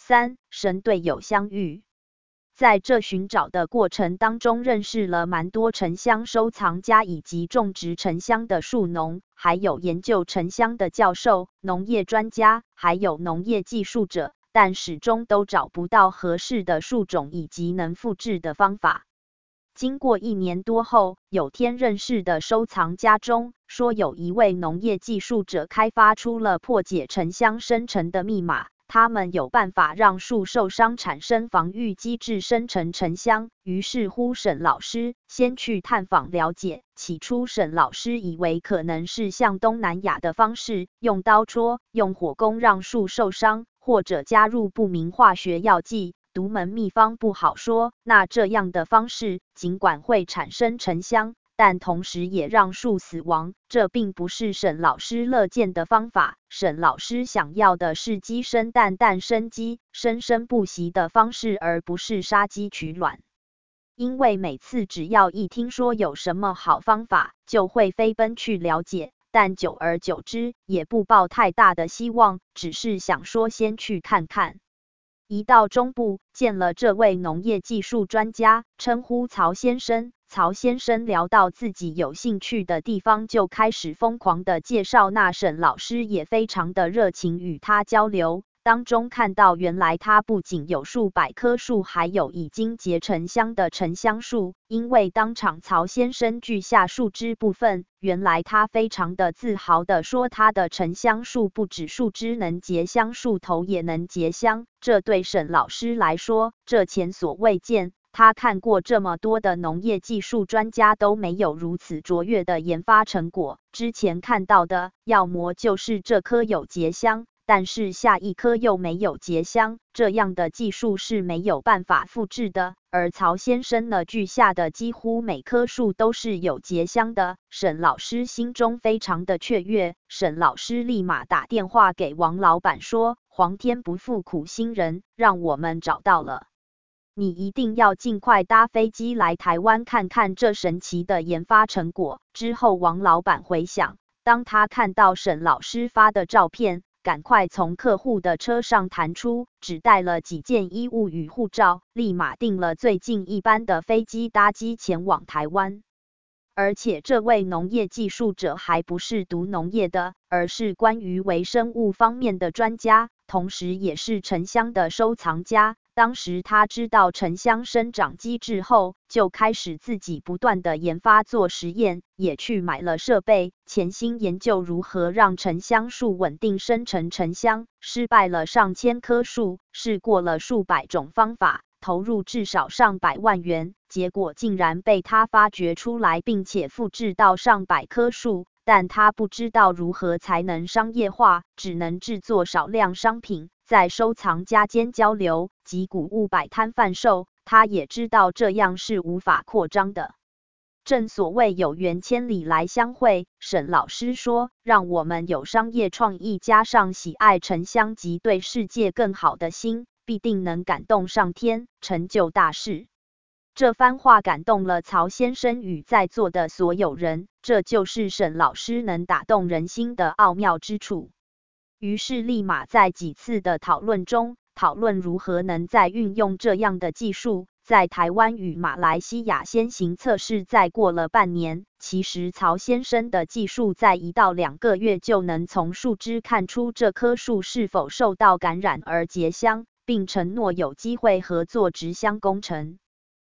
3. 神队友相遇。在这寻找的过程当中，认识了蛮多沉香收藏家以及种植沉香的树农，还有研究沉香的教授、农业专家，还有农业技术者，但始终都找不到合适的树种以及能复制的方法。经过1年多后，有天认识的收藏家中说，有一位农业技术者开发出了破解沉香生成的密码。他们有办法让树受伤产生防御机制生成沉香，于是乎沈老师先去探访了解。起初沈老师以为可能是像东南亚的方式，用刀戳、用火攻让树受伤，或者加入不明化学药剂。独门秘方不好说，那这样的方式尽管会产生沉香，但同时也让树死亡，这并不是沈老师乐见的方法。沈老师想要的是鸡生蛋，蛋生鸡，生生不息的方式，而不是杀鸡取卵。因为每次只要一听说有什么好方法，就会飞奔去了解，但久而久之也不抱太大的希望，只是想说先去看看。一到中部，见了这位农业技术专家，称呼曹先生。曹先生聊到自己有兴趣的地方，就开始疯狂的介绍。那沈老师也非常的热情与他交流，当中看到原来他不仅有数百棵树，还有已经结成香的沉香树。因为当场曹先生锯下树枝部分，原来他非常的自豪的说，他的沉香树不止树枝能结香，树头也能结香。这对沈老师来说，这前所未见。他看过这么多的农业技术专家都没有如此卓越的研发成果，之前看到的要么就是这棵有结香，但是下一棵又没有结香，这样的技术是没有办法复制的。而曹先生呢，锯下的几乎每棵树都是有结香的。沈老师心中非常的雀跃，沈老师立马打电话给王老板说，皇天不负苦心人，让我们找到了。你一定要尽快搭飞机来台湾看看这神奇的研发成果。之后王老板回想，当他看到沈老师发的照片，赶快从客户的车上弹出，只带了几件衣物与护照，立马订了最近一班的飞机搭机前往台湾。而且这位农业技术者还不是读农业的，而是关于微生物方面的专家，同时也是沉香的收藏家。当时他知道沉香生长机制后，就开始自己不断的研发做实验，也去买了设备，潜心研究如何让沉香树稳定生成沉香。失败了上千棵树，试过了数百种方法，投入至少上百万元，结果竟然被他发掘出来，并且复制到上百棵树。但他不知道如何才能商业化，只能制作少量商品，在收藏家间交流及谷物摆摊贩售。他也知道这样是无法扩张的。正所谓有缘千里来相会，沈老师说，让我们有商业创意加上喜爱沉香及对世界更好的心，必定能感动上天，成就大事。这番话感动了曹先生与在座的所有人，这就是沈老师能打动人心的奥妙之处。于是立马在几次的讨论中，讨论如何能再运用这样的技术。在台湾与马来西亚先行测试，再过了半年，其实曹先生的技术在1到2个月就能从树枝看出这棵树是否受到感染而结香，并承诺有机会合作植香工程。